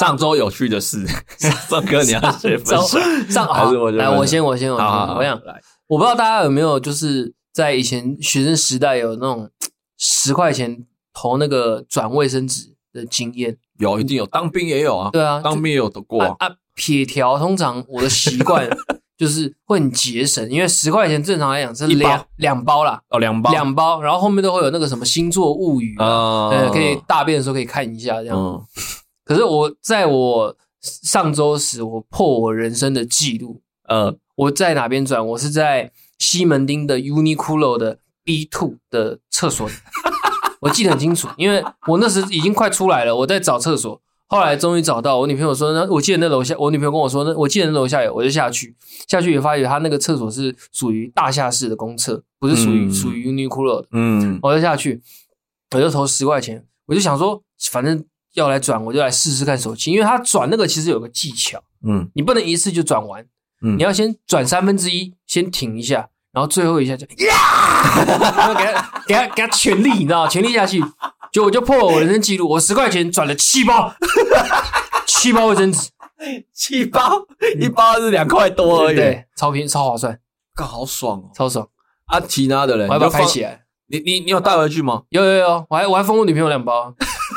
上周有趣的事，宋哥你要先分享，还是来我先，我想来，我不知道大家有没有就是在以前学生时代有那种10块钱投那个转卫生纸的经验？ 有，一定有，当兵也有啊。 对啊， 当兵也有得过啊。 撇条通常我的习惯就是会很节省，因为10块钱正常来讲是两包啦，两包，然后后面都会有那个什么星座物语可以大便的时候可以看一下这样。可是在我上周时，我破我人生的记录。我在哪边转？我是在西门町的 Uniqlo 的 B2 的厕所里，我记得很清楚，因为我那时已经快出来了，我在找厕所。后来终于找到，我女朋友说，我记得那楼下，我女朋友跟我说，我记得那楼下有，我就下去也发觉他那个厕所是属于大厦式的公厕，不是属于 Uniqlo 的。我就下去，我就投10块钱，我就想说，反正要来转，我就来试试看手气，因为他转那个其实有个技巧，你不能一次就转完，你要先转1/3，先停一下，然后最后一下就然后给他全力，你知道吗？全力下去。就我就破了我人生记录，我10块钱转了7包，7包卫生纸 ，7包，一包是2块多而已， 对，超便宜，超划算， 好爽哦， 超爽啊！其他的人， 我要不要拍起来？ 你有带回去吗？ 有，我还封我女朋友2包。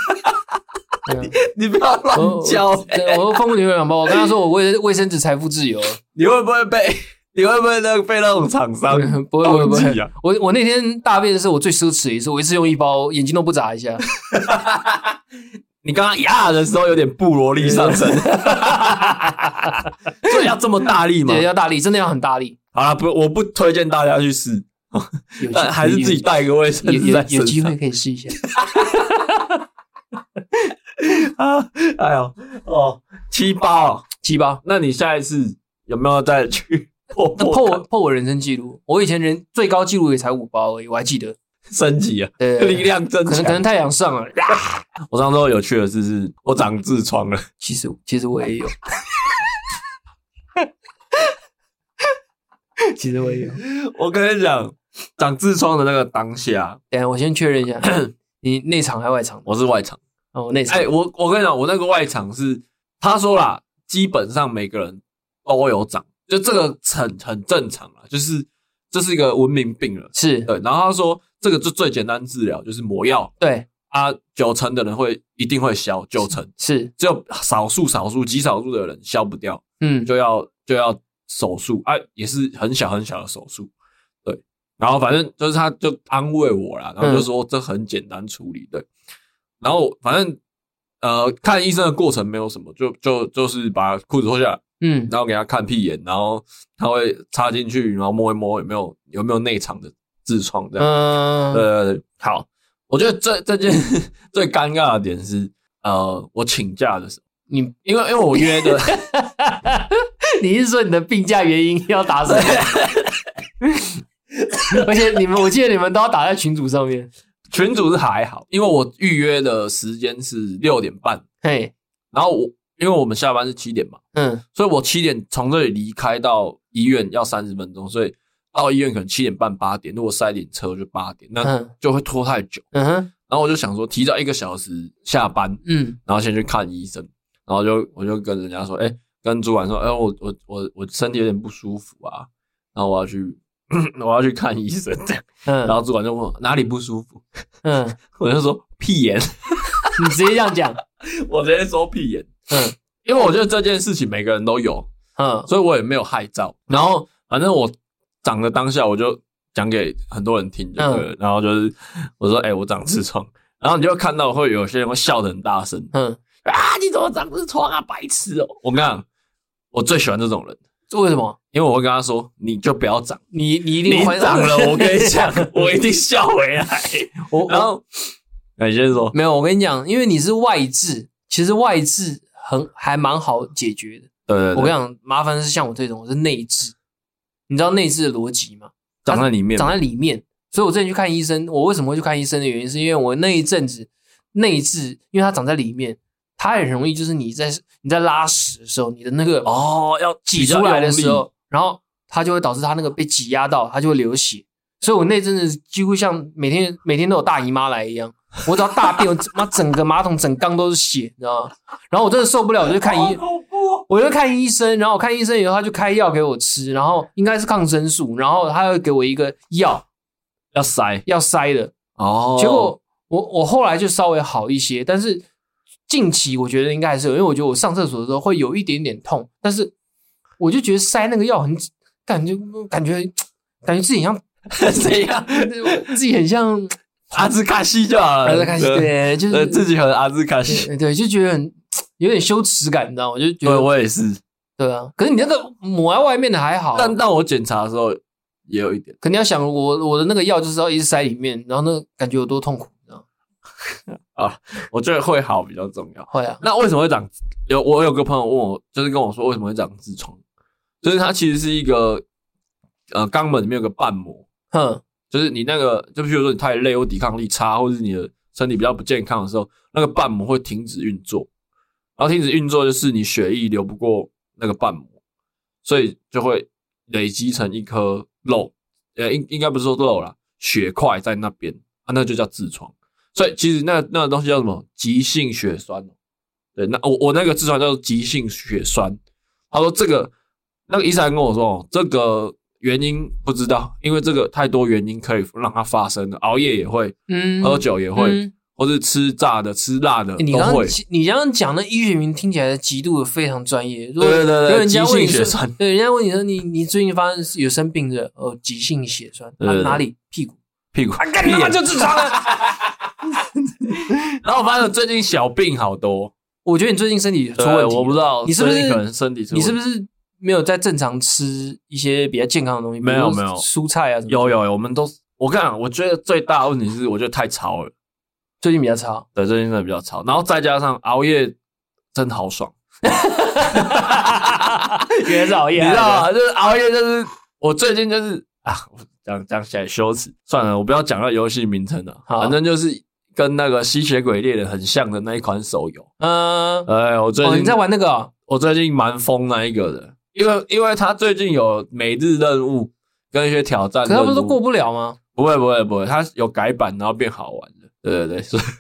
你不要乱教， 我封我女朋友2包，我跟她说我卫生纸财富自由， 你会不会被那种厂商不会我那天大便是我最奢侈的一次，我一次用1包，眼睛都不眨一下。 你刚刚压的时候有点布罗力上身，所以要这么大力吗？ 对，要大力，真的要很大力。 好啦，我不推荐大家去试，但还是自己带一个卫生纸在身上， 有机会可以试一下。 哎呦，7包，那你下一次有没有再去？ 破我人生纪录，我以前最高纪录也才5包而已，我还记得。 升级啊，力量增强， 可能太阳上了。 我上周有趣的事是，我长痔疮了。 其实我也有，其实我也有。 我跟你讲，长痔疮的那个当下， 等一下我先确认一下，你内场还是外场？ 我是外场。 内场。 我跟你讲，我那个外场是他说啦，基本上每个人都有长。就这个很正常啦，就是这是一个文明病了， 是对。然后他说这个就最简单治疗就是抹药， 对啊，90%的人一定会消，90% 是只有极少数的人消不掉，就要手术啊，也是很小的手术，对。然后反正就是他就安慰我啦，然后就说这很简单处理，对。然后反正看医生的过程没有什么，就是把裤子脱下来。然后给他看屁眼，然后他会插进去，然后摸一摸有没有内场的痔疮这样。对，好，我觉得这件最尴尬的点是，我请假的时候，因为我约的， 你是说你的病假原因要打什么？而且我记得你们都要打在群组上面， 群组是还好，因为我预约的时间是6点半， 嘿， 然后因为我们下班是7点嘛，所以我7点从这里离开到医院要30分钟，所以到医院可能7点半8点，如果塞点车就8点，那就会拖太久。然后我就想说提早1个小时下班，然后先去看医生，然后我就跟人家说，跟主管说，我身体有点不舒服啊，然后我要去看医生这样，然后主管就问我哪里不舒服，我就说屁眼， 你直接这样讲， 我直接说屁眼。因为我觉得这件事情每个人都有，所以我也没有害臊。然后反正我长的当下，我就讲给很多人听，然后就是我说，我长痔疮，然后你就看到会有些人会笑得很大声，你怎么长痔疮啊，白痴哦！我跟你讲，我最喜欢这种人， 为什么？ 因为我会跟他说，你就不要长， 你一定会长了，我跟你讲，我一定笑回来。然后你先说， 没有，我跟你讲，因为你是外痔。其实外痔还蛮好解决的， 对， 我跟你讲，麻烦是像我这种，我是内痔，你知道内痔的逻辑吗？ 长在里面，所以我之前去看医生，我为什么会去看医生的原因，是因为我那一阵子内痔，因为它长在里面，它很容易就是你在拉屎的时候，你的那个要挤出来的时候，然后它就会导致它那个被挤压到，它就会流血，所以我那阵子几乎像每天都有大姨妈来一样。 我只要大便，妈整个马桶整缸都是血，你知道吗？然后我真的受不了，我就看医生，然后我看医生以后，他就开药给我吃，然后应该是抗生素，然后他又给我一个药要塞的哦。 结果我后来就稍微好一些，但是近期我觉得应该还是有，因为我觉得我上厕所的时候会有一点点痛，但是我就觉得塞那个药很感觉自己像怎样？ 自己很像阿兹卡西就好了。 阿兹卡西对，就是自己很阿兹卡西， 对，就觉得有点羞耻感，你知道吗？我就觉得对我也是， 对啊。可是你那个抹在外面的还好， 但我检查的时候也有一点。 可你要想我的那个药就是要一直塞里面，然后那个感觉有多痛苦，你知道吗？啊，我觉得会好比较重要。 会啊。 那为什么会长？我有个朋友问我，就是跟我说为什么会长痔疮，就是它其实是一个肛门里面有个瓣膜，就是你那个，就比如说你太累或抵抗力差，或者是你的身体比较不健康的时候，那个瓣膜会停止运作，然后停止运作就是你血液流不过那个瓣膜，所以就会累积成一颗肉，应该不是说肉啦，血块在那边啊，那就叫痔疮。所以其实那个东西叫什么？急性血栓。对，那我那个痔疮叫做急性血栓。他说那个医生还跟我说，这个原因不知道，因为这个太多原因可以让它发生的，熬夜也会，喝酒也会，或是吃炸的、吃辣的都会。 你刚刚讲的医学名听起来极度的非常专业。 对，急性血栓。 对，人家问你说你最近发生有生病的急性血栓，哪里？屁股。干你他妈就痔疮了。 然后我发现最近小病好多。 我觉得你最近身体出问题， 我不知道你是不是可能身体出问题， 你是不是没有在正常吃一些比较健康的东西？ 没有蔬菜啊什么？ 有，我们都我跟你讲，我觉得最大的问题是我觉得太吵了， 最近比较吵， 对，最近真的比较吵，然后再加上熬夜，真的好爽。 原来是熬夜， 你知道吗？就是熬夜，就是我最近就是讲起来羞耻，算了，我不要讲到游戏名称了，反正就是跟那个吸血鬼猎人很像的那一款手游。我最近你在玩那个？ 我最近蛮疯那一个的，因为他最近有每日任务跟一些挑战任务， 可是他不是都过不了吗？ 不会，他有改版，然后变好玩的。对，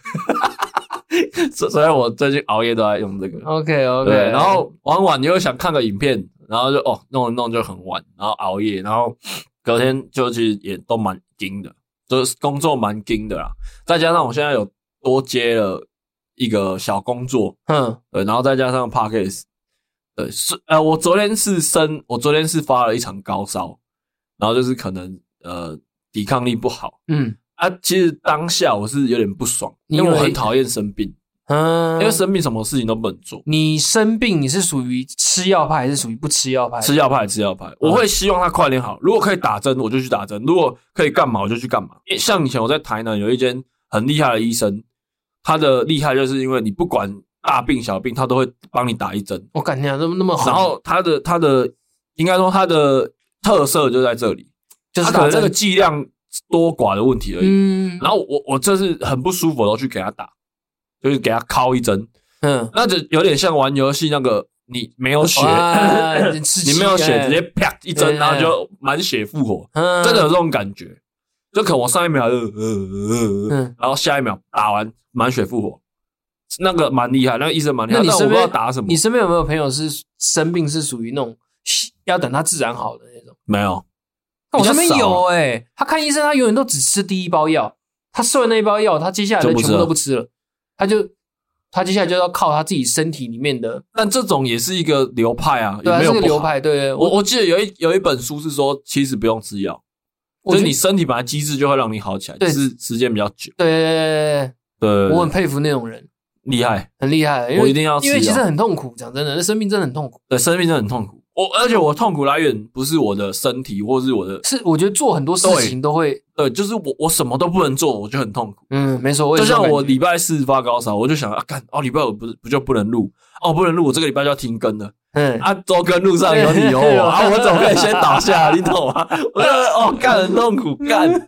所以我最近熬夜都在用这个。 OK， 对，然后玩完你又想看个影片，然后就弄就很晚，然后熬夜，然后隔天就其实也都蛮紧的，就是工作蛮紧的啦。再加上我现在有多接了一个小工作，对，然后再加上 Podcast， 对，我昨天是发了一场高烧，然后就是可能抵抗力不好，其实当下我是有点不爽，因为我很讨厌生病，因为生病什么事情都不能做。 你生病你是属于吃药派还是属于不吃药派？ 吃药派，我会希望它快点好。如果可以打针，我就去打针；如果可以干嘛，我就去干嘛。像以前我在台南有一间很厉害的医生，他的厉害就是因为你不管大病小病，他都会帮你打一针。 我感觉那么好。 然后他的应该说他的特色就在这里，就是他可能那个剂量多寡的问题而已。然后我这是很不舒服，我都去给他打，就是给他敲一针。那就有点像玩游戏那个，你没有血，你没有血，直接啪一针，然后就满血复活，真的有这种感觉。就可能我上一秒然后下一秒打完满血复活，那个蛮厉害，那个医生蛮厉害。但我不知道打什么。 你身边有没有朋友是生病是属于那种要等他自然好的那种？ 没有。 我身边有他看医生，他永远都只吃第一包药，他吃完那一包药，他接下来的全部都不吃了，他接下来就要靠他自己身体里面的。 但这种也是一个流派啊， 对啊，是个流派。对， 我记得有一本书是说，其实不用吃药，就是你身体本来机制就会让你好起来，只是时间比较久。 对，我很佩服那种人， 厉害， 很厉害。 我一定要吃药， 因为其实很痛苦，讲真的，那生病真的很痛苦。 对，生病真的很痛苦。而且我痛苦来源不是我的身体，或是我的， 是我觉得做很多事情都会， 对，就是我什么都不能做，我就很痛苦。 没错， 就像我礼拜四发高烧，我就想礼拜五不就不能录，不能录，我这个礼拜就要停更了。周更路上有你有我我怎么可以先倒下？你懂吗？我就很痛苦，干。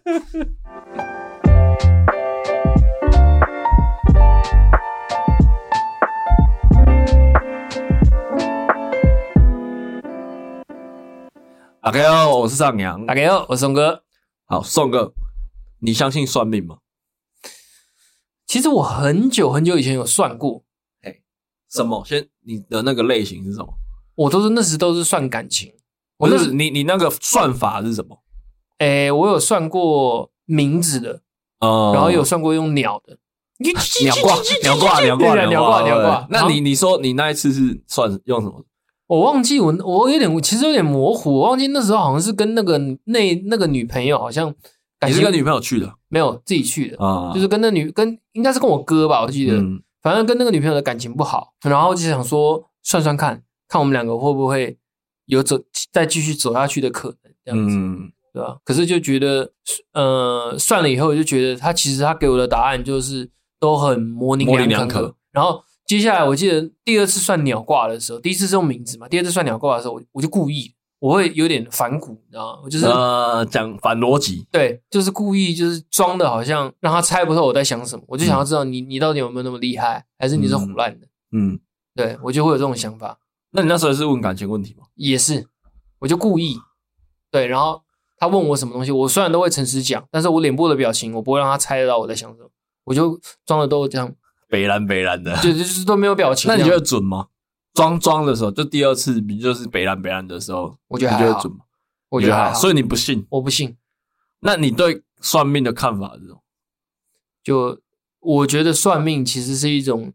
大家好，我是上扬。 大家好，我是宋哥。 好，宋哥，你相信算命吗？ 其实我很久很久以前有算过， 什么？你的那个类型是什么？ 我那时都是算感情。 我那时你那个算法是什么？ 我有算过名字的，然后有算过用鸟的， 鸟挂。那你说你那一次是算用什么？ 我忘记我其实有点模糊，我忘记那时候好像是跟那个女朋友好像。 你是跟女朋友去的？ 没有，自己去的就是跟应该是跟我哥吧，我记得，反正跟那个女朋友的感情不好，然后就想说算算看我们两个会不会有再继续走下去的可能，这样子，对吧？可是就觉得，算了以后就觉得他其实他给我的答案就是都很模棱两可。然后接下来我记得第二次算鸟卦的时候，第一次是用名字嘛，第二次算鸟卦的时候，我就故意。我会有点反骨，你知道吗？我就是讲反逻辑， 对，就是故意就是装的好像让他猜不透我在想什么，我就想要知道你到底有没有那么厉害，还是你是唬烂的？对，我就会有这种想法。 那你那时候是问感情问题吗？ 也是，我就故意对，然后他问我什么东西，我虽然都会诚实讲，但是我脸部的表情我不会让他猜得到我在想什么，我就装的都这样北蓝的， 就是都没有表情。 那你觉得准吗？装的时候，就第二次，就是北蓝的时候， 我觉得还好， 准吗？ 我觉得还好， 所以你不信？ 我不信。 那你对算命的看法是什么？ 就我觉得算命其实是一种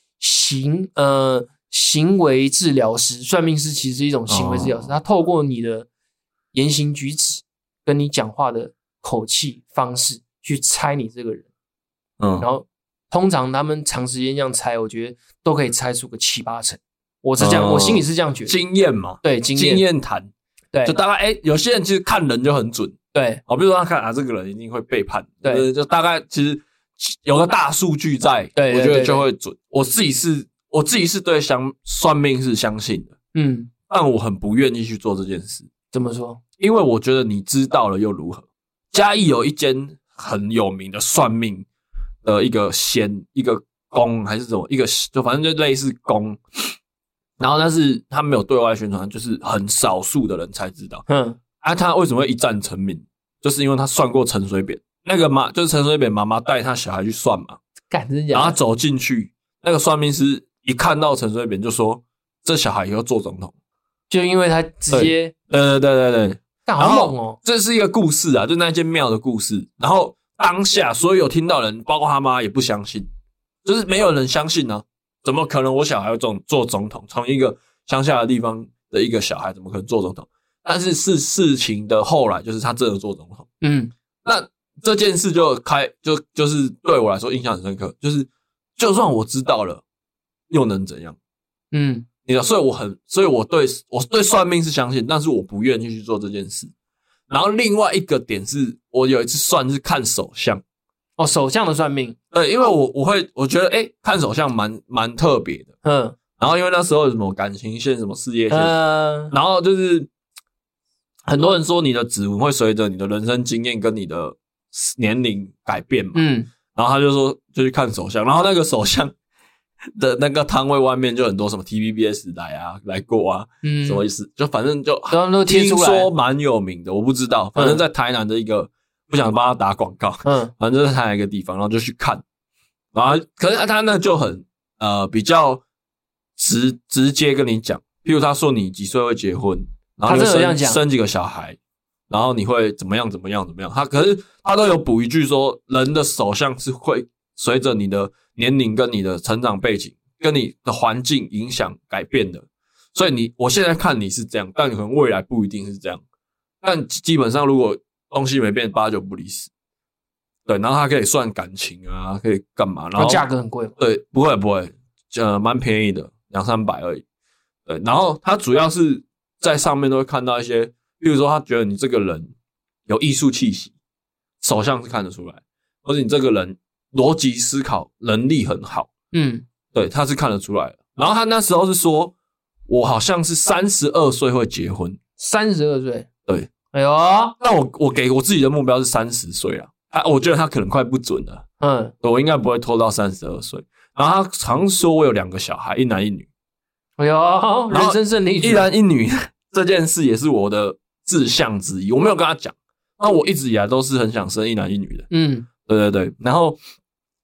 行为治疗师，算命师其实是一种行为治疗师，他透过你的言行举止跟你讲话的口气方式去猜你这个人，然后通常他们长时间这样猜，我觉得都可以猜出个7、8成。我是这样，我心里是这样觉得。 经验嘛， 对， 经验谈， 对， 就大概有些人其实看人就很准， 对， 比如说他看这个人一定会背叛， 对， 就大概其实有个大数据在， 对， 我觉得就会准。我自己是对算命是相信的，但我很不愿意去做这件事。 怎么说？ 因为我觉得你知道了又如何？嘉义有一间很有名的算命的一个宫还是什么就反正就类似宫。然后但是他没有对外宣传，就是很少数的人才知道。他为什么会一战成名？就是因为他算过陈水扁，那个就是陈水扁妈妈带他小孩去算嘛， 真的假的？ 然后他走进去，那个算命师一看到陈水扁就说：“这小孩以后做总统。” 就因为他直接， 对， 好猛哦！ 这是一个故事啊，就那间庙的故事。然后当下所有听到的人，包括他妈也不相信，就是没有人相信啊。怎么可能我小孩要做总统？从一个乡下的地方的一个小孩，怎么可能做总统？但是事情的后来就是他真的做总统。那这件事就是对我来说印象很深刻，就是就算我知道了，又能怎样？你知道，所以我对算命是相信，但是我不愿意去做这件事。然后另外一个点是，我有一次算是看手相。 手相的算命， 对，因为我觉得看手相蛮特别的，然后因为那时候有什么感情线、什么事业线，然后就是很多人说你的指纹会随着你的人生经验跟你的年龄改变嘛，然后他就说就去看手相，然后那个手相的那个摊位外面就很多什么 TVBS 来过啊，什么意思？就反正就听说蛮有名的，我不知道，反正在台南的一个。不想帮他打广告，反正就在他一个地方，然后就去看，然后可是他那就很比较直接跟你讲，譬如他说你几岁会结婚，然后就生几个小孩，然后你会怎么样，可是他都有补一句说，人的手相是会随着你的年龄跟你的成长背景跟你的环境影响改变的，所以我现在看你是这样，但可能未来不一定是这样，但基本上如果东西没变，8、9不离10。对，然后它可以算感情啊，可以干嘛？然后价格很贵吗？ 对，不会，蛮便宜的，200、300而已。对，然后它主要是在上面都会看到一些，比如说他觉得你这个人有艺术气息，手相是看得出来，或者你这个人逻辑思考能力很好，对，他是看得出来的。然后他那时候是说，我好像是32岁会结婚 ，32岁， 对。 哎呦， 那我给我自己的目标是30岁啊，我觉得他可能快不准了，我应该不会拖到32岁。然后他常说我有2个小孩，1男1女， 哎呦，人生胜利 ，1男1女这件事也是我的志向之一，我没有跟他讲。那我一直以来都是很想生1男1女的，对。然后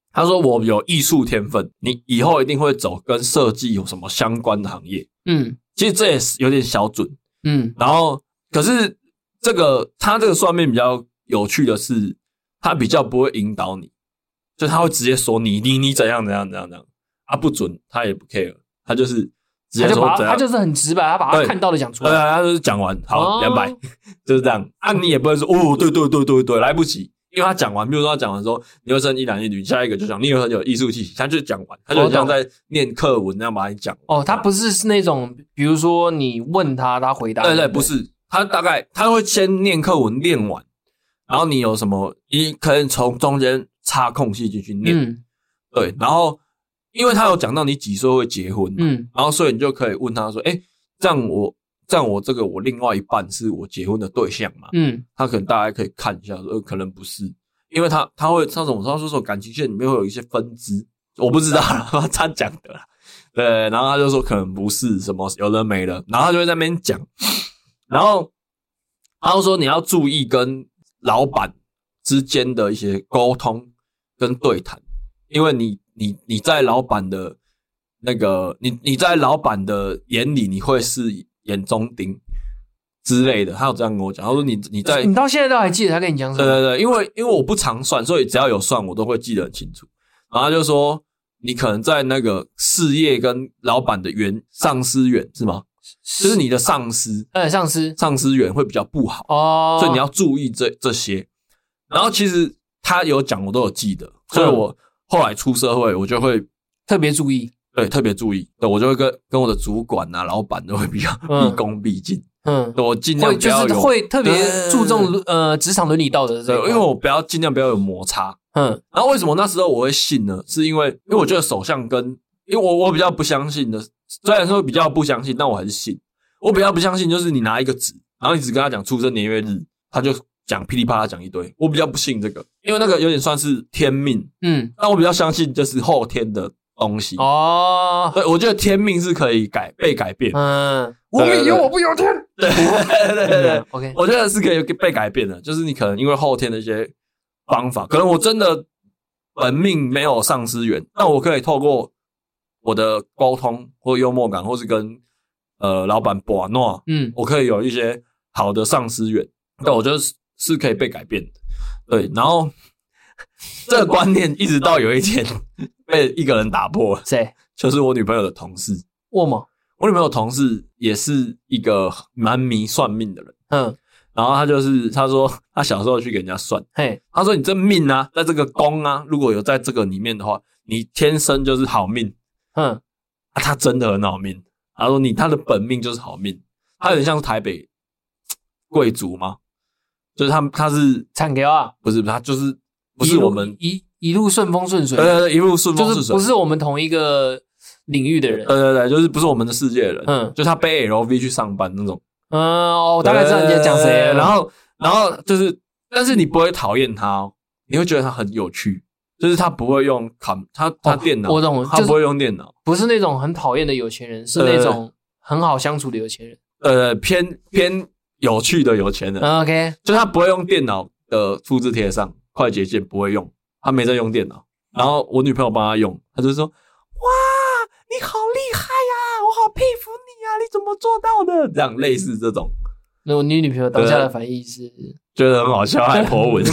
他说我有艺术天分，你以后一定会走跟设计有什么相关的行业。其实这也是有点小准。然后可是他这个算命比较有趣的是，他比较不会引导你，就他会直接说你怎样啊，不准他也不 care， 他就是直接说怎样， 他就是很直白，他把他看到的讲出来， 他就是讲完好200，就是这样啊，你也不会说对，来不及。因为他讲完，比如说他讲完说你会生一男一女，下一个就讲你有很有艺术气息，他就讲完，他就像在念课文那样把你讲完。 他不是那种，比如说你问他回答。 对，不是，他大概他会先念课文念完，然后你有什么，你可以从中间插空隙进去念。对，然后因为他有讲到你几岁会结婚嘛，然后所以你就可以问他说，这样我这个我另外一半是我结婚的对象嘛？他可能大家可以看一下说，可能不是，因为他说感情线里面会有一些分支，我不知道啦，他讲的啦。对，然后他就说可能不是什么有的没的，然后他就会在那边讲，然后他就说你要注意跟老板之间的一些沟通跟对谈，因为你在老板的那个你在老板的眼里你会是眼中钉之类的，他有这样跟我讲。他说你到现在都还记得他跟你讲什么？ 对，因为我不常算，所以只要有算我都会记得很清楚。然后他就说你可能在那个事业跟老板的上司缘是吗？就是你的上司，上司缘会比较不好所以你要注意这些。然后其实他有讲我都有记得，所以我后来出社会我就会特别注意。 对，特别注意。对，我就会跟我的主管啊、老板都会比较毕恭毕敬。我尽量不要就是会特别注重职场伦理道德。 对，因为我尽量不要有摩擦。然后为什么那时候我会信呢？是因为我觉得手相因为我比较不相信的，虽然说比较不相信，但我还是信。我比较不相信就是你拿一个纸，然后你只跟他讲出生年月日，他就讲噼里啪啦讲一堆。我比较不信这个，因为那个有点算是天命。但我比较相信就是后天的东西。对，我觉得天命是可以被改变。 我命由我不由天。 对。 OK， 我觉得是可以被改变的，就是你可能因为后天的一些方法，可能我真的本命没有上司缘，那我可以透过我的沟通或幽默感，或是跟老板把诺，我可以有一些好的上司缘，但我觉得是可以被改变的。对，然后这个观念一直到有一天被一个人打破了。 谁？ 就是我女朋友的同事。 我吗？ 我女朋友同事也是一个蛮迷算命的人。然后他说他小时候去给人家算，他说你这命啊，在这个宫啊，如果有在这个里面的话，你天生就是好命。他真的很好命。他说他的本命就是好命，他有点像是台北贵族吗？就是他是产给啊？ 不是，他就是不是我们一路顺风顺水。 对，一路顺风顺水， 就是不是我们同一个领域的人。 对，就是不是我们的世界的人。就他背 LV 去上班那种。 我大概知道你在讲谁了。 然后就是，但是你不会讨厌他你会觉得他很有趣。就是他不会用他电脑， 我懂， 他不会用电脑， 不是那种很讨厌的有钱人，是那种很好相处的有钱人。 偏有趣的有钱人。 OK， 就他不会用电脑的复制贴上，快捷键不会用，他没在用电脑。然后我女朋友帮他用，他就说：“哇，你好厉害呀，我好佩服你啊，你怎么做到的？”这样类似这种。 那你女朋友当下的反应是觉得很好笑，还po文。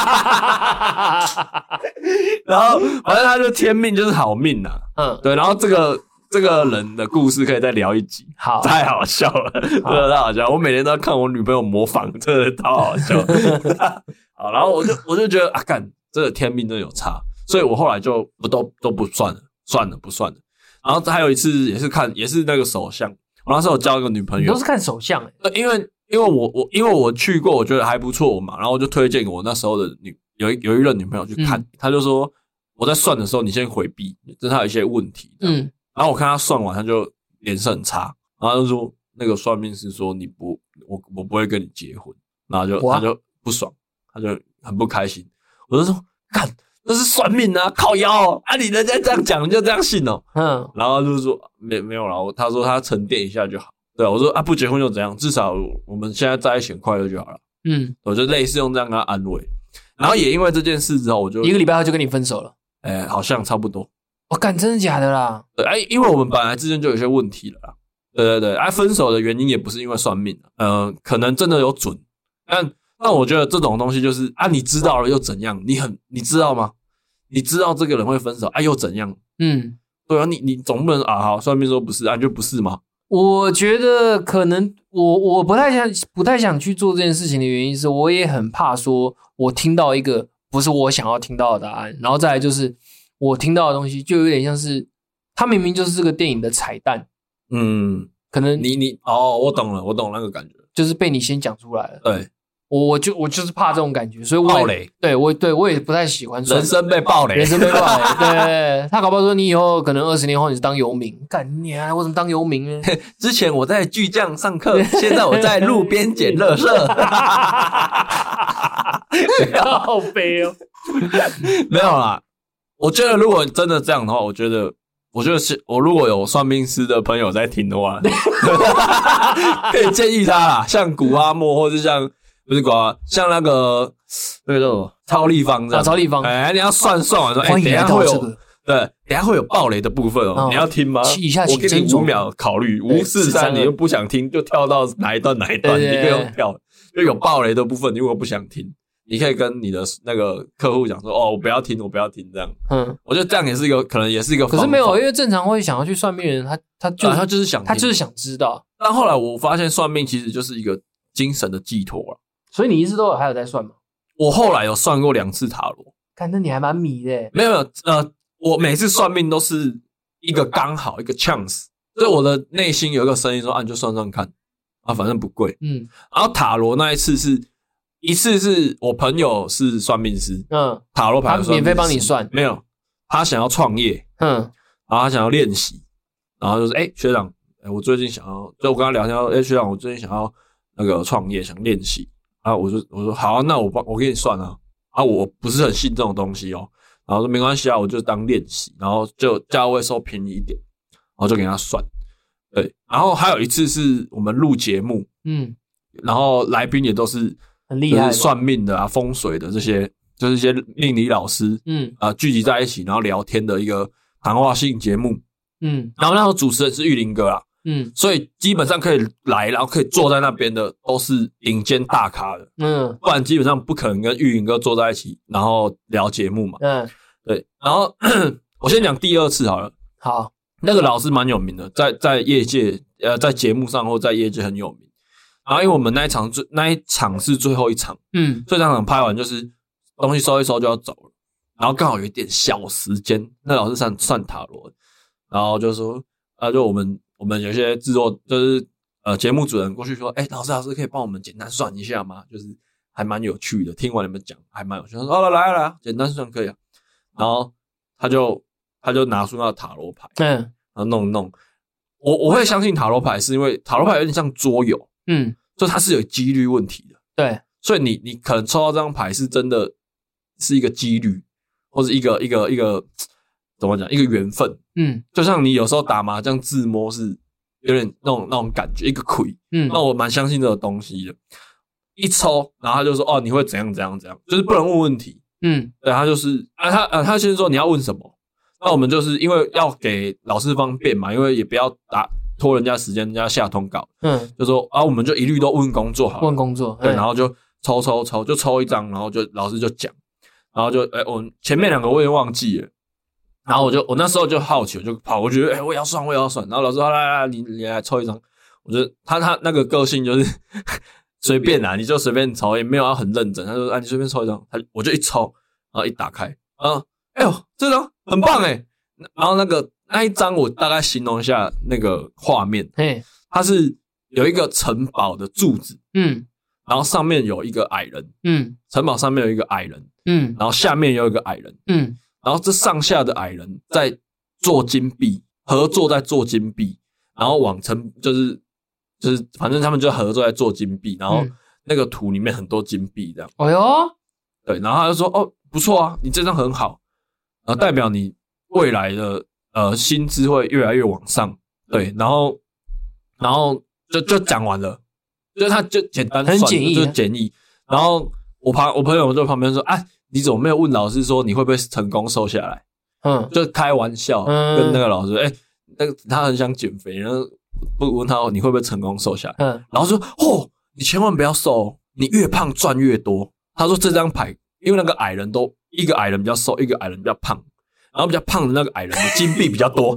然后反正他就天命就是好命啊。对。然后这个人的故事可以再聊一集。 好， 太好笑了，真的太好笑。我每天都要看我女朋友模仿，真的超好笑。好，然后我就觉得啊，干，这个天命真的有差，所以我后来就都不算了，算了不算了。然后还有一次也是那个手相，我那时候有交一个女朋友， 你都是看手相因为我去过，我觉得还不错嘛，然后我就推荐给我那时候的有一任女朋友去看，他就说我在算的时候你先回避，这他有一些问题。然后我看他算完，他就脸色很差，然后他就说那个算命师说我不会跟你结婚，然后他就不爽，他就很不开心。我就说干，这是算命啊，靠腰啊，你人家这样讲你就这样信哦。然后就是说没有啦，他说他沉淀一下就好。对啊，我说啊，不结婚就怎样，至少我们现在在一起很快乐就好了。我就类似用这样跟他安慰。然后也因为这件事之后，我就 1个礼拜后就跟你分手了。 好像差不多。 干，真的假的啦？ 对，因为我们本来之间就有些问题了啦。对，分手的原因也不是因为算命，可能真的有准，但我觉得这种东西就是你知道了又怎样？你知道吗？你知道这个人会分手又怎样？对啊，你总不能好算命说不是就不是吗？ 我觉得可能我不太想去做这件事情的原因是，我也很怕说我听到一个不是我想要听到的答案，然后再来就是我听到的东西就有点像是它明明就是这个电影的彩蛋，可能我懂了那个感觉， 就是被你先讲出来了。 对， 我就是怕这种感觉，所以爆雷， 我也不太喜欢人生被爆雷， 对，他搞不好说你以后可能20年后你是当游民，干你啊，为什么当游民呢？ 之前我在巨匠上课，现在我在路边捡垃圾， 好悲哦， 没有啦。我觉得如果真的这样的话，我觉得我如果有算命师的朋友在听的话，可以建议他啦，像古阿莫，或是像不是古阿，像那个叫什么超立方这样。 超立方， 你要算完说， 等一下会有等一下会有爆雷的部分你要听吗？我给你5秒考虑，5、4、3，你又不想听，就跳到哪一段，你可以用跳，就有爆雷的部分，你如果不想听。你可以跟你的那个客户讲说，我不要听这样。我觉得这样也是可能也是一个方法。 可是没有，因为正常会想要去算命的人，他就是想听， 他就是想知道。 但后来我发现算命其实就是一个精神的寄托了。 所以你一直都还有在算吗？ 我后来有算过2次塔罗。 看，那你还蛮迷的。 没有，我每次算命都是一个刚好一个 chance， 所以我的内心有一个声音说，你就算算看反正不贵。然后塔罗那一次是我朋友是算命师，塔罗牌的算命师，他免费帮你算， 没有，他想要创业，然后他想要练习，然后就是学长，我最近想要，就我跟他聊天，学长，我最近想要那个创业，想练习，我说好那我给你算我不是很信这种东西然后说没关系我就当练习，然后就价位收便宜一点，然后就给他算，对，然后还有一次是我们录节目，然后来宾也都是。 很厉害， 就是算命的风水的这些，就是一些命理老师，聚集在一起，然后聊天的一个谈话性节目，然后那时候主持人是玉林哥啦，所以基本上可以来，然后可以坐在那边的都是顶尖大咖的，不然基本上不可能跟玉林哥坐在一起，然后聊节目嘛，对，然后我先讲第2次好了， 好， 那个老师蛮有名的，在业界，在节目上或在业界很有名。然后因为我们那一场是最后一场，所以那场拍完就是东西收一收就要走了，然后刚好有一点小时间，那老师算塔罗，然后就说就我们有些制作就是节目主人过去说，老师可以帮我们简单算一下吗？就是还蛮有趣的，听完你们讲还蛮有趣的，说来简单算可以然后他就拿出那个塔罗牌，然后弄，我会相信塔罗牌是因为塔罗牌有点像桌游。所以它是有几率问题的， 对， 所以你可能抽到这张牌是真的是一个几率，或是一个怎么讲，一个缘分，就像你有时候打麻将自摸是有点那种感觉，一个亏，那我蛮相信这个东西的。一抽，然后他就说你会怎样，就是不能问问题，对，他就是他先说你要问什么，那我们就是因为要给老师方便嘛，因为也不要拖人家时间，人家下通告，就说我们就一律都问工作好了， 问工作， 对，然后就抽，就抽一张，然后就老师就讲，然后就我前面2个我也忘记了，然后我那时候就好奇，我就跑过去，我也要算，然后老师说来，你来抽一张，我觉得他那个个性就是随便你就随便抽，也没有要很认真，他说你随便抽一张，我就一抽，然后一打开，这张很棒然后那一张我大概形容一下那个画面，它是有一个城堡的柱子，然后上面有一个矮人，城堡上面有一个矮人，然后下面有一个矮人，然后这上下的矮人在做金币，合作在做金币，然后往就是反正他们就合作在做金币，然后那个图里面很多金币这样，对，然后他就说不错你这张很好，代表你未来的薪资会越来越往上，对，然后就讲完了，就是他就简单算， 很简易， 就是简易。然后我朋友就旁边说，你怎么没有问老师说你会不会成功瘦下来？ 就开玩笑跟那个老师那个他很想减肥，然后不问他你会不会成功瘦下来，老师说你千万不要瘦，你越胖赚越多。他说这张牌因为那个矮人都一个矮人比较瘦，一个矮人比较胖，然后比较胖的那个矮人的金币比较多，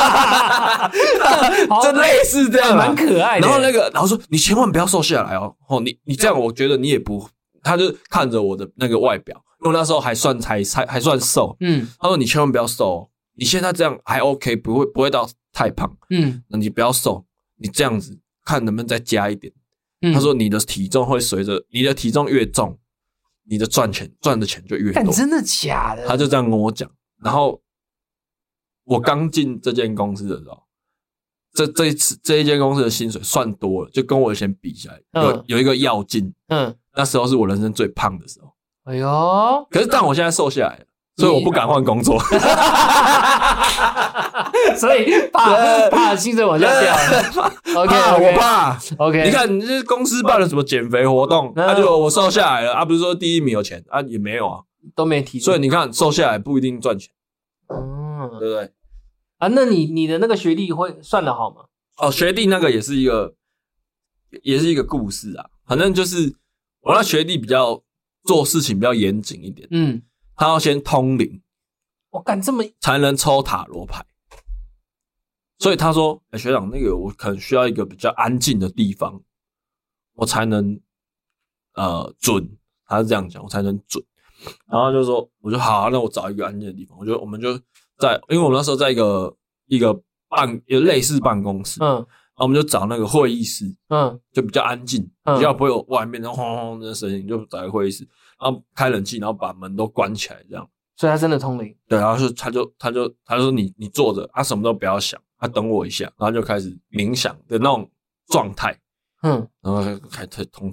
这类似这样， 蛮可爱的。 然后那个老师说你千万不要瘦下来哦，你这样我觉得你也不，他就看着我的那个外表，因为那时候还算瘦，他说你千万不要瘦，你现在这样还 OK， 不会到太胖，那你不要瘦，你这样子看能不能再加一点。他说你的体重会随着你的体重越重，你的赚的钱就越多。 真的假的？ 他就这样跟我讲。然后我刚进这间公司的时候，这一间公司的薪水算多了，就跟我以前比起来，有一个跃进。那时候是我人生最胖的时候。 哎呦！ 可是但我现在瘦下来了，所以我不敢换工作。 所以怕薪水往下掉。OK， 我怕。 OK， 你看，你这公司办了什么减肥活动，就我瘦下来了，不是说第一名有钱也没有啊， 都没提。 所以你看，瘦下来不一定赚钱，对不对？ 那你的那个学弟会算得好吗？ 学弟那个也是一个故事啊，反正就是我那学弟比较做事情比较严谨一点，他要先通灵， 我敢这么才能抽塔罗牌。所以他说学长，那个我可能需要一个比较安静的地方，我才能准，他是这样讲，我才能准。然后就说我就好，那我找一个安静的地方，我们就在，因为我们那时候在一个类似办公室，然后我们就找那个会议室，就比较安静，比较不会有外面的轰轰的声音，就找一个会议室，然后开冷气，然后把门都关起来，这样。 所以他真的通灵。对， 然后他就说你坐着，什么都不要想，等我一下，然后就开始冥想的那种状态，然后开始通，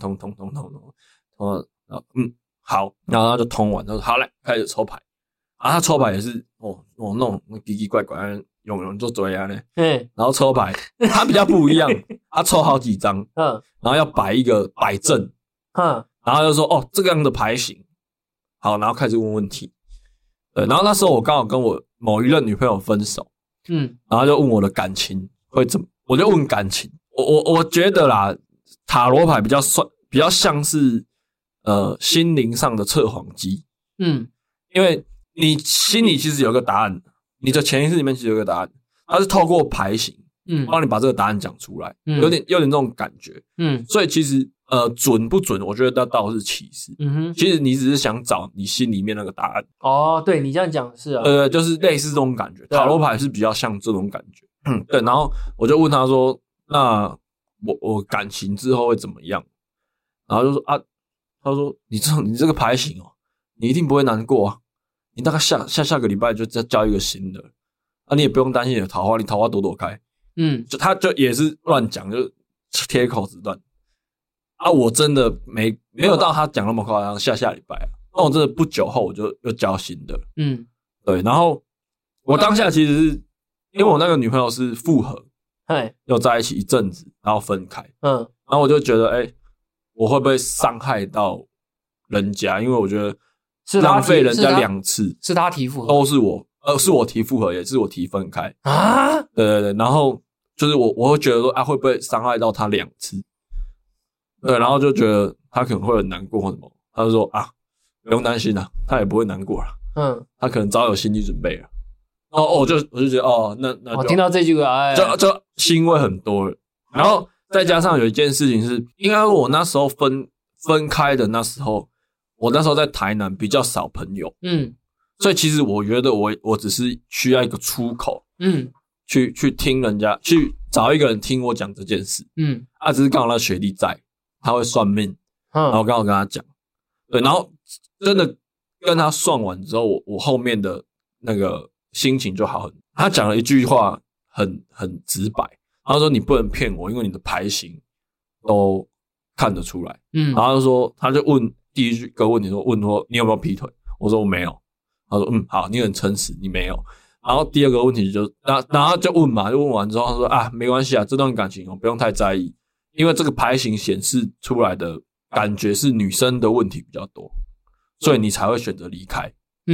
好，然后他就通完，他说好来开始抽牌，他抽牌也是那种奇奇怪怪的用做嘴啊呢，然后抽牌他比较不一样，他抽好几张，然后要摆一个摆正，然后就说这个样的牌型，好，然后开始问问题，对，然后那时候我刚好跟我某一任女朋友分手，然后就问我的感情会怎么，我就问感情，我觉得啦，塔罗牌比较像是心灵上的测谎机，因为你心里其实有个答案，你的潜意识里面其实有个答案，它是透过牌型，帮你把这个答案讲出来，有点这种感觉，所以其实准不准，我觉得那倒是其次，其实你只是想找你心里面那个答案。 对你这样讲是啊， 就是类似这种感觉，塔罗牌是比较像这种感觉，对，然后我就问他说，那我感情之后会怎么样？然后就说他说你这个牌型你一定不会难过啊，你大概下个礼拜就再交一个新的，你也不用担心你的桃花，你桃花朵朵开，他就也是乱讲，就贴口子断。我真的没有到他讲那么夸张，下礼拜那我真的不久后我就又交新的，对，然后我当下其实是因为我那个女朋友是复合，又在一起一阵子，然后分开，然后我就觉得我会不会伤害到人家？因为我觉得浪费人家2次， 是他提复合， 都是我，是我提复合，也是我提分开啊。对，然后就是我会觉得说会不会伤害到他2次？对，然后就觉得他可能会很难过或什么，他就说不用担心啦，他也不会难过啦，他可能早有心理准备了。我就觉得那我听到这句话， 就欣慰很多了。然后再加上有一件事情是，应该我那时候分开的那时候，我那时候在台南比较少朋友，所以其实我觉得我只是需要一个出口，去听人家，去找一个人听我讲这件事，只是刚好那学弟在，他会算命，然后刚好跟他讲，对，然后真的跟他算完之后，我后面的那个心情就好很。他讲了一句话很直白，他说你不能骗我，因为你的牌型都看得出来，然后他就问第一个问题问说你有没有劈腿？我说我没有。他说好，你很诚实，你没有。然后第二个问题然后就问嘛，就问完之后他说没关系这段感情不用太在意，因为这个牌型显示出来的感觉是女生的问题比较多，所以你才会选择离开。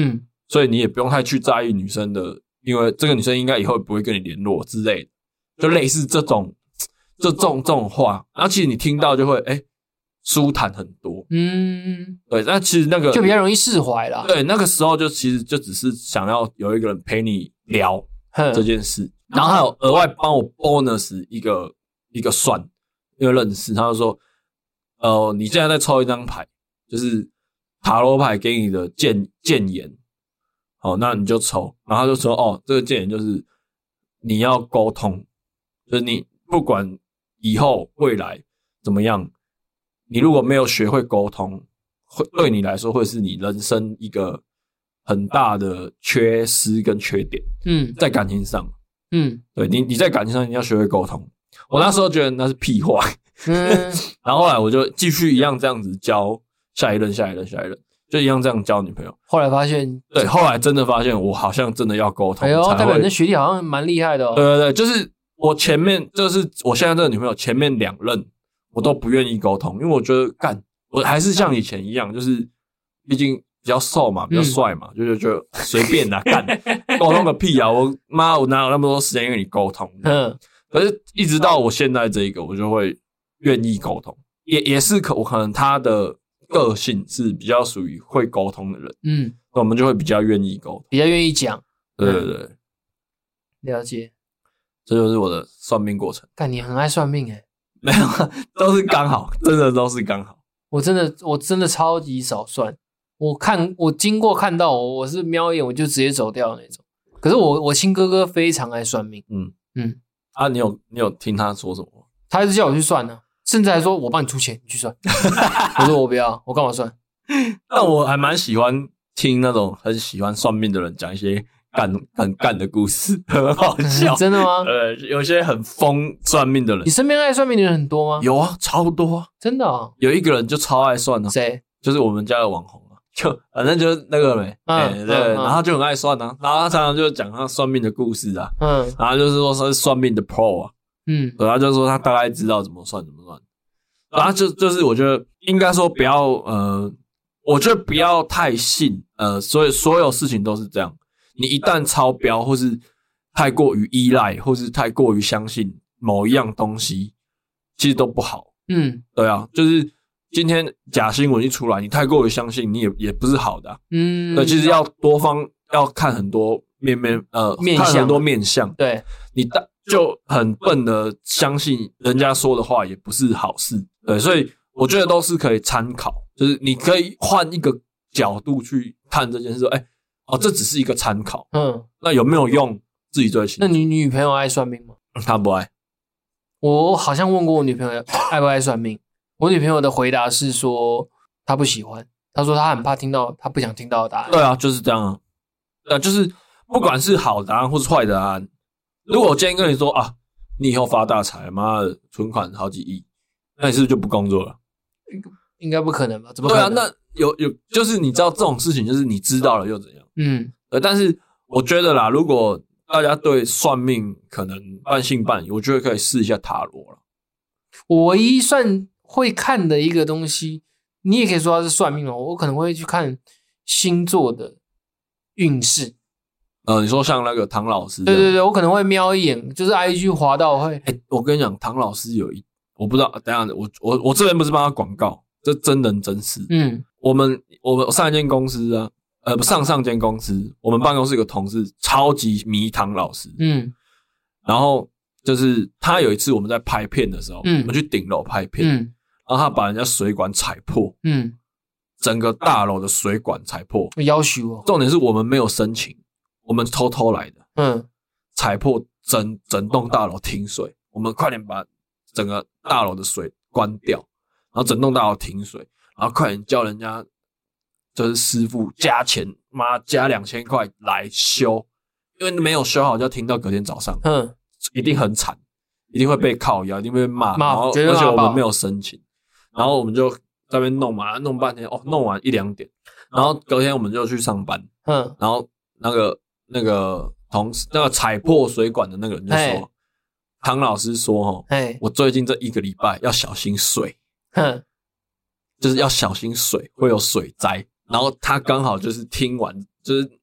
所以你也不用太去在意女生的，因为这个女生应该以后不会跟你联络之类的，就类似这种话，然后其实你听到就会舒坦很多。对，但其实那个就比较容易释怀啦。 对，那个时候就其实就只是想要有一个人陪你聊这件事，然后还有额外帮我 bonus 一个算，因为认识，他就说你现在在抽一张牌，就是塔罗牌给你的谏言，好，那你就抽，然后他就说这个谏言就是你要沟通，就是你不管以后未来怎么样，你如果没有学会沟通，会对你来说会是你人生一个很大的缺失跟缺点。在感情上，对，你在感情上你要学会沟通。我那时候觉得那是屁话，然后后来我就继续一样这样子教下一任，就一样这样交女朋友。 后来发现， 对，后来真的发现我好像真的要沟通。 代表你的学历好像蛮厉害的哦。 对，就是我前面就是我现在这个女朋友前面2任我都不愿意沟通，因为我觉得我还是像以前一样，就是毕竟比较瘦嘛，比较帅嘛，就随便啦，沟通个屁啊！我哪有那么多时间跟你沟通？可是一直到我现在这一个，我就会愿意沟通，也是我可能他的个性是比较属于会沟通的人，我们就会比较愿意沟通， 比较愿意讲。 对， 了解。 这就是我的算命过程。 干，你很爱算命没有，都是刚好，真的都是刚好。 我真的超级少算，我经过看到我是瞄一眼我就直接走掉的那种。可是我亲哥哥非常爱算命， 你有听他说什么吗？ 他一直叫我去算呢，甚至还说我帮你出钱，你去算。我说我不要，我干嘛算？ 但我还蛮喜欢听那种很喜欢算命的人讲一些很干的故事，很好笑。 真的吗？ 有些很疯算命的人。 你身边爱算命的人很多吗？ 有啊，超多啊。 真的啊？ 有一个人就超爱算啊。 谁？ 就是我们家的网红啊，就反正就是那个对，然后他就很爱算啊，然后他常常就讲他算命的故事啊，然后就是说他是算命的 pro 啊，然后就说他大概知道怎么算，然后就是我觉得应该说不要我觉得不要太信所有事情都是这样，你一旦超标或是太过于依赖或是太过于相信某一样东西，其实都不好。对啊，就是今天假新闻一出来，你太过于相信，你也不是好的啊。对，其实要多方要看很多看很多面向。 对， 你就很笨的相信人家说的话，也不是好事。对，所以我觉得都是可以参考，就是你可以换一个角度去看这件事，这只是一个参考。那有没有用自己最清楚。 那你女朋友爱算命吗？ 她不爱。 我好像问过我女朋友爱不爱算命，我女朋友的回答是说她不喜欢，她说她很怕听到她不想听到的答案。 对啊，就是这样啊。就是不管是好答案或是坏答案，如果我今天跟你说啊，你以后发大财，妈的存款好几亿，那你是不是就不工作了？ 应该不可能吧？怎么可能？ 对啊，那有就是你知道这种事情，就是你知道了又怎样？但是我觉得啦，如果大家对算命可能半信半疑，我觉得可以试一下塔罗啦。 我唯一算会看的一个东西，你也可以说它是算命哦。我可能会去看星座的运势。 你说像那个唐老师？ 对，我可能会瞄一眼，就是 IG 滑到会。 我跟你讲，唐老师我不知道，等一下我这边不是帮他广告，这真人真事。我们上一间公司啊。上间公司，我们办公室有个同事超级迷唐老师，然后就是他有一次我们在拍片的时候，我们去顶楼拍片，然后他把人家水管踩破，整个大楼的水管踩破， 要求哦。 重点是我们没有申请，我们偷偷来的，踩破整栋大楼停水，我们快点把整个大楼的水关掉，然后整栋大楼停水，然后快点叫人家。就是师傅加钱，加2000块来修，因为没有修好就要停到隔天早上，一定很惨，一定会被靠腰，一定会被骂，然后而且我们没有申请，然后我们就在那边弄嘛，弄半天，弄完1-2点，然后隔天我们就去上班，然后那个同事那个踩破水管的那个人就说，唐老师说我最近这1个礼拜要小心水，就是要小心水，会有水灾。然后他刚好就是听完，就是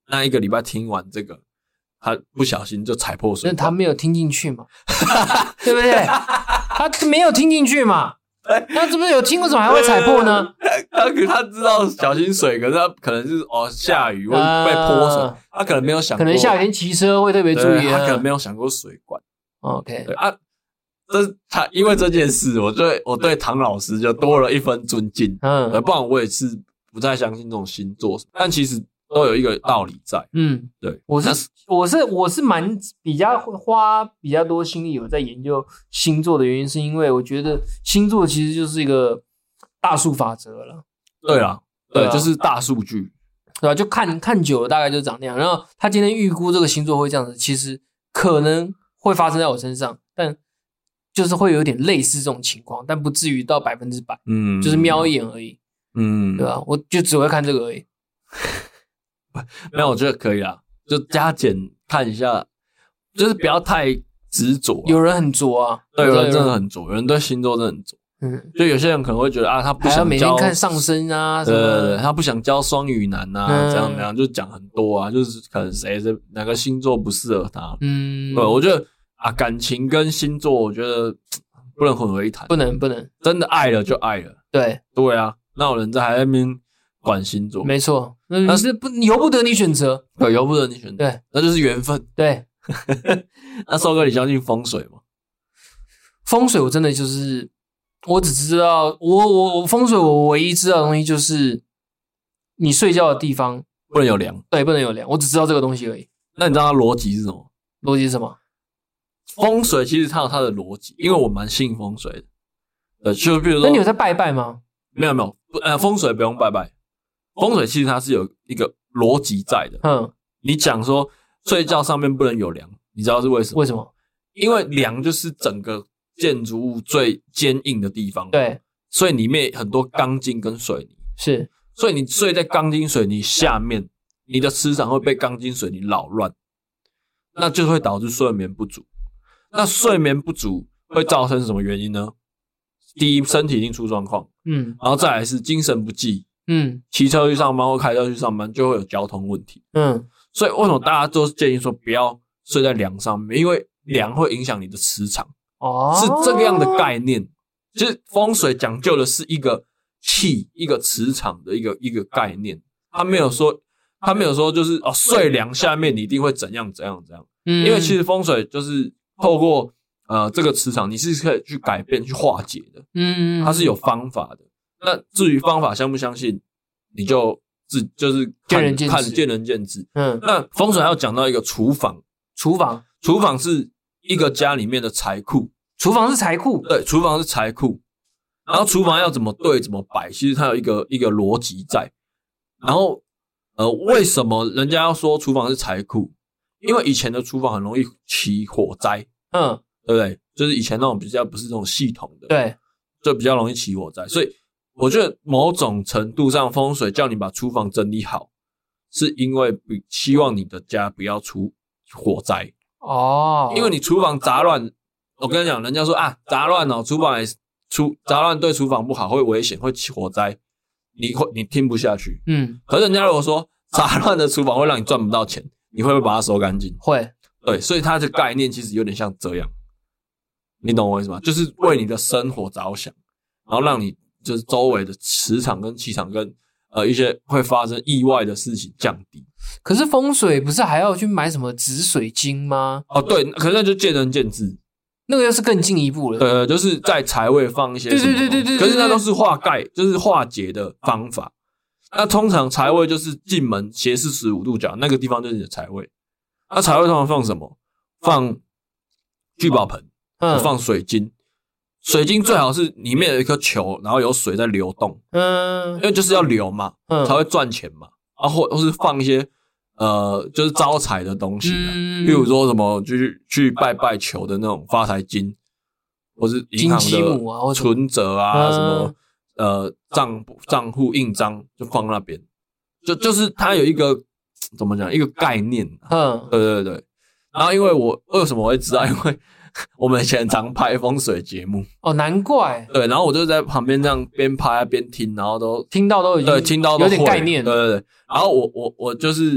那一个礼拜听完这个，他不小心就踩破水管， 那他没有听进去嘛，对不对？他没有听进去嘛，那是不是有听，为什么还会踩破呢？ 他知道小心水，可是他可能是下雨或被泼水，他可能没有想过， 可能下雨天骑车会特别注意， 他可能没有想过水管。 OK， 对啊，他因为这件事，我对唐老师就多了一分尊敬。不然我也是不太相信这种星座，但其实都有一个道理在。对， 我是蛮花比较多心力有在研究星座的原因，是因为我觉得星座其实就是一个大数法则了。 对啦，对，就是大数据， 对吧？就看久了，大概就长那样。然后他今天预估这个星座会这样子，其实可能会发生在我身上，但就是会有点类似这种情况，但不至于到100%，就是瞄一眼而已，对吧？我就只会看这个而已。 没有，我觉得可以啦，就加减看一下，就是不要太执着。 有人很浊啊， 对，有人真的很浊，有人对星座真的很浊。就有些人可能会觉得他不想每天看上升啊什么的， 他不想教双鱼男啊，怎样就讲很多啊，就是可能哪个星座不适合他。对，我觉得感情跟星座，我觉得不能混为一谈， 不能， 真的爱了就爱了。对啊，那有人在那边管星座， 没错，那是由不得你选择， 对，由不得你选择， 对， 那就是缘分。 对， 那寿哥，你相信风水吗？ 风水我真的就是。我只知道，我风水我唯一知道的东西就是你睡觉的地方不能有梁， 对，不能有梁，我只知道这个东西而已。 那你知道它逻辑是什么？ 逻辑是什么？ 风水其实它有它的逻辑，因为我蛮信风水的。就比如说， 那你有在拜拜吗？ 没有，风水不用拜拜，风水其实它是有一个逻辑在的。你讲说睡觉上面不能有梁，你知道是为什么？ 为什么？ 因为梁就是整个建筑物最坚硬的地方， 对， 所以里面很多钢筋跟水泥， 是， 所以你睡在钢筋水泥下面，你的磁场会被钢筋水泥扰乱，那就会导致睡眠不足。那睡眠不足会造成什么原因呢？第一，身体一定出状况，然后再来是精神不济，骑车去上班或开车去上班就会有交通问题，所以为什么大家都建议说不要睡在梁上面？因为梁会影响你的磁场。是这个样的概念，就是风水讲究的是一个气、一个磁场的一个概念。他没有说就是睡梁下面你一定会怎样。因为其实风水就是透过这个磁场，你是可以去改变、去化解的。它是有方法的。那至于方法相不相信，你就是见仁见智。那风水还要讲到一个厨房是一个家里面的财库。 厨房是财库， 对，厨房是财库。然后厨房要怎么对怎么摆，其实它有一个逻辑在。然后为什么人家要说厨房是财库？因为以前的厨房很容易起火灾，对不对？就是以前那种比较不是这种系统的， 对， 就比较容易起火灾。所以我觉得某种程度上，风水叫你把厨房整理好，是因为希望你的家不要出火灾。因为你厨房杂乱。我跟你讲，人家说杂乱杂乱对厨房不好，会危险，会起火灾，你听不下去。可是人家如果说杂乱的厨房会让你赚不到钱，你会不会把它收干净？ 会。 对，所以它的概念其实有点像这样，你懂我意思吗？就是为你的生活着想，然后让你就是周围的磁场跟气场跟一些会发生意外的事情降低。 可是风水不是还要去买什么紫水晶吗？ 对，可是那就见仁见智。 那个又是更进一步了， 就是在财位放一些什么，对，可是那都是化盖，就是化解的方法。那通常财位就是进门斜45度角，那个地方就是你的财位。那财位通常放什么？放聚宝盆，放水晶。水晶最好是里面有一颗球，然后有水在流动，因为就是要流嘛，才会赚钱嘛。或是放一些就是招财的东西例如说什么去拜求的那种发财金，或是银行的存折什么账户印章就放那边，就是它有一个怎么讲一个概念。对。然后因为我为什么会知道？因为我们以前常拍风水节目。 难怪。 对，然后我就在旁边这样边拍边听，然后都听到都已经对听到都有点概念。 对。然后我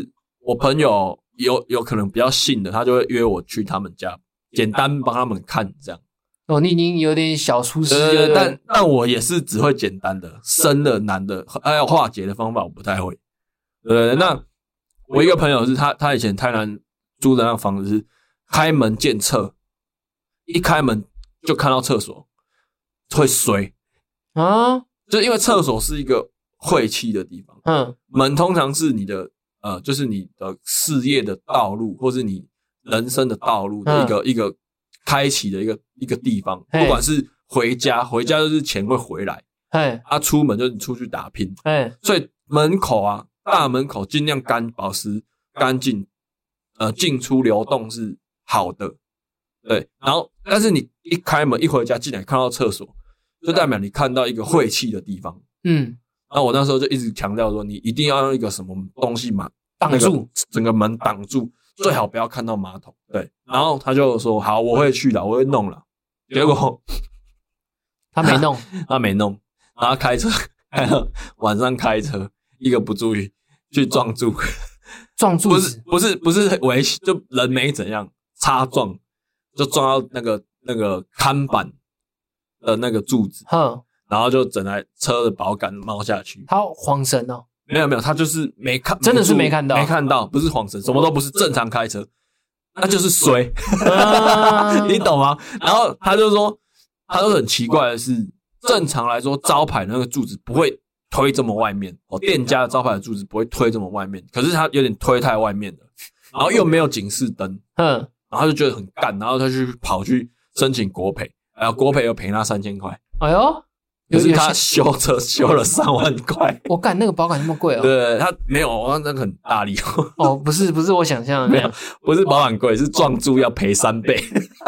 我朋友有可能比较信的，他就会约我去他们家，简单帮他们看这样。 哦，你已经有点小出师， 但我也是只会简单的，深的难的还有化解的方法我不太会。那我一个朋友是他以前台南租的那个房子是开门见厕，一开门就看到厕所会衰啊，就是因为厕所是一个晦气的地方，门通常是你的就是你的事业的道路，或是你人生的道路的一个开启的一个地方，不管是回家就是钱会回来，出门就是你出去打拼，所以门口啊，大门口尽量保持干净，进出流动是好的，对。然后，但是你一开门一回家进来看到厕所，就代表你看到一个晦气的地方，然后我那时候就一直强调说，你一定要用一个什么东西挡住整个门挡住。最好不要看到马桶，对。然后他就说：“好，我会去的，我会弄了。”结果他没弄， 然后开车，晚上开车，一个不注意去撞柱子，不是危险，就人没怎样，擦撞就撞到那个看板的那个柱子，然后就整台车的保杆冒下去。 他晃神哦。 没有，他就是没看， 真的是没看到，不是晃神，什么都不是，正常开车，那就是衰，你懂吗？然后他就说很奇怪的是，正常来说，招牌那个柱子不会推这么外面，店家的招牌的柱子不会推这么外面，可是他有点推太外面了，然后又没有警示灯，然后他就觉得很干，然后他跑去申请国赔，国赔又赔他3000块， 哎呦。 可是他修车修了3万块， 我干那个保杆那么贵哦？ 对，他没有，那个很大力哦，不是我想象的， 没有，不是保杆贵，是撞柱要赔3倍，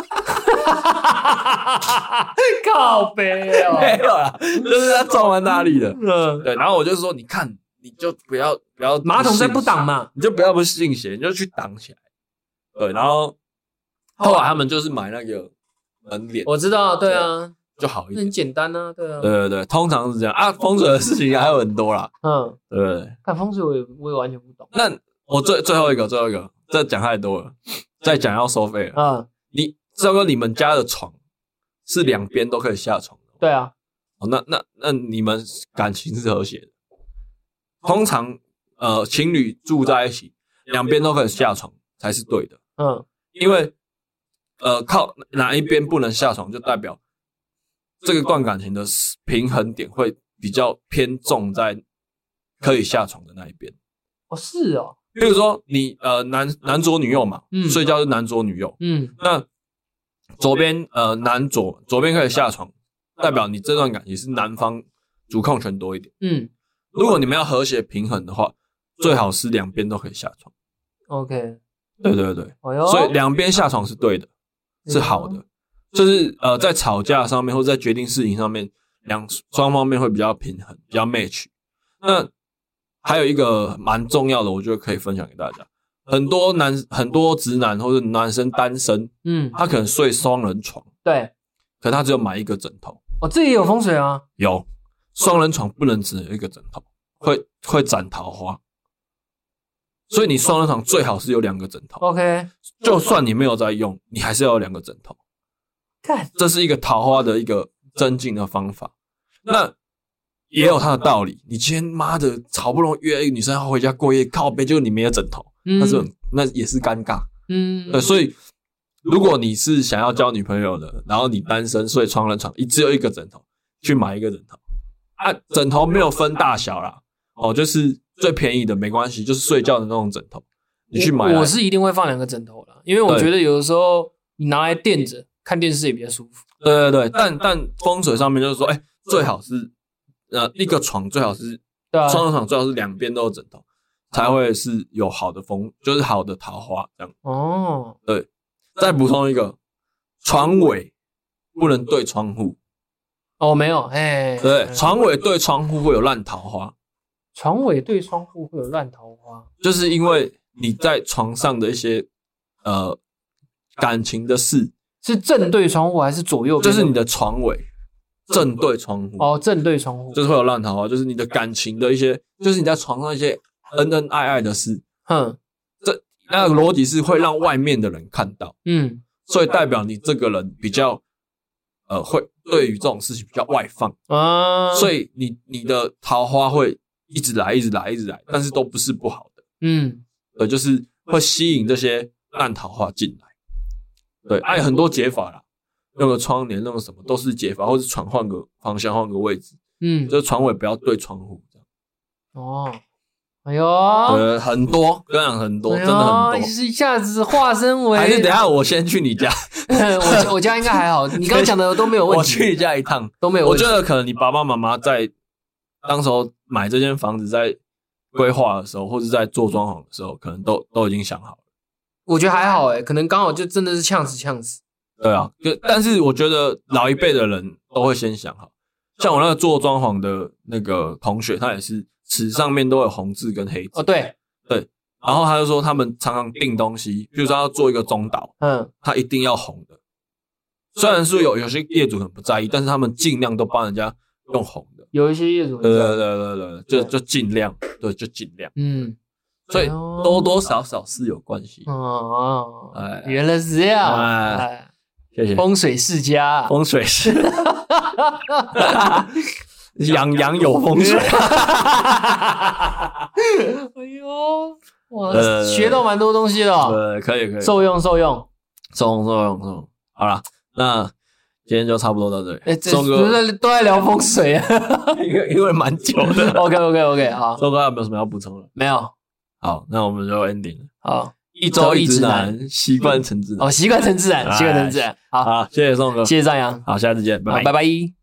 靠北哦， 没有啦，就是他撞完大力的，对，然后我就说，你看，你就不要马桶再不挡嘛， 你就不要不信邪，你就去挡起来，对，然后后来他们就是买那个门帘， 我知道，对啊。 就好一点， 很简单啊，对啊， 对，通常是这样啊。风水的事情还有很多啦，对。 看风水我也完全不懂。 那我最后一个，这讲太多了，再讲要收费了。你们家的床是两边都可以下床的？ 对啊。 那你们感情是和谐的？通常情侣住在一起，两边都可以下床才是对的。因为靠哪一边不能下床，就代表这个段感情的平衡点会比较偏重在可以下床的那一边。 哦，是哦。 比如说你男左女右嘛，睡觉是男左女右，那左边左边可以下床，代表你这段感情是男方主控权多一点。如果你们要和谐平衡的话，最好是两边都可以下床。 OK， 对，所以两边下床是对的，是好的。就是在吵架上面或者在决定事情上面，双方面会比较平衡，比较 match。那还有一个蛮重要的，我觉得可以分享给大家。很多直男或者男生单身，他可能睡双人床， 对， 可他只有买一个枕头。 这也有风水啊？ 有，双人床不能只有一个枕头，会斩桃花。所以你双人床最好是有2个枕头。 OK， 就算你没有在用，你还是要有2个枕头。这是一个桃花的一个增进的方法。那也有它的道理。你今天妈的好不容易约一个女生要回家过夜，靠北，结果你没有枕头，那也是尴尬。对，所以如果你是想要交女朋友的，然后你单身睡双人床，只有1个枕头，去买1个枕头。枕头没有分大小啦，就是最便宜的没关系，就是睡觉的那种枕头，你去买。 我是一定会放2个枕头啦，因为我觉得有的时候你拿来垫着看电视也比较舒服。 对，但风水上面就是说，最好是一个床最好是双人床最好是两边都有枕头，才会是有好的就是好的桃花这样。对，再补充一个，床尾不能对窗户。 没有， 对，床尾对窗户会有烂桃花。 床尾对窗户会有烂桃花， 就是因为你在床上的一些感情的事。 是正对窗户还是左右边？ 就是你的床尾正对窗户。 正对窗户， 就是会有烂桃花，就是你的感情的一些，就是你在床上一些恩恩爱爱的事， 那个逻辑是会让外面的人看到，所以代表你这个人比较会对于这种事情比较外放啊，所以你的桃花会一直来，但是都不是不好的，就是会吸引这些烂桃花进来。对，有很多解法啦，用个窗帘，弄个什么都是解法，或是船换个方向，换个位置，就是船尾不要对窗户这样。 哦，哎呦， 很多，跟你讲很多，真的很多。 是一下子化身为， 还是等一下我先去你家？ 我家应该还好，你刚刚讲的都没有问题。 我去你家一趟都没有问题。 我觉得可能你爸爸妈妈在当时候买这间房子，在规划的时候，或是在做装潢的时候，可能都已经想好了。 我觉得还好可能刚好就真的是呛死。 对啊，但是我觉得老一辈的人都会先想好。像我那个做装潢的那个同学，他也是纸上面都有红字跟黑字。 哦，对， 然后他就说他们常常订东西，比如说要做一个中岛，他一定要红的。虽然说有些业主很不在意，但是他们尽量都帮人家用红的。 有一些业主对，就尽量，就尽量。所以多多少少是有关系。 原来是这样。 谢谢。 风水世家， 风水是养羊有风水。 哎呦，哇，学到蛮多东西的。 可以， 受用。 好啦，那今天就差不多到这里。 钟哥都在聊风水啊， 因为蛮久的。 OK， 好。 钟哥有没有什么要补充的？ 没有。 好，那我们就 ending 了。 好， 一周一直男，习惯成自然。 习惯成自然。好， 谢谢钟哥， 谢谢张扬。 好，下次见，拜拜。 拜拜。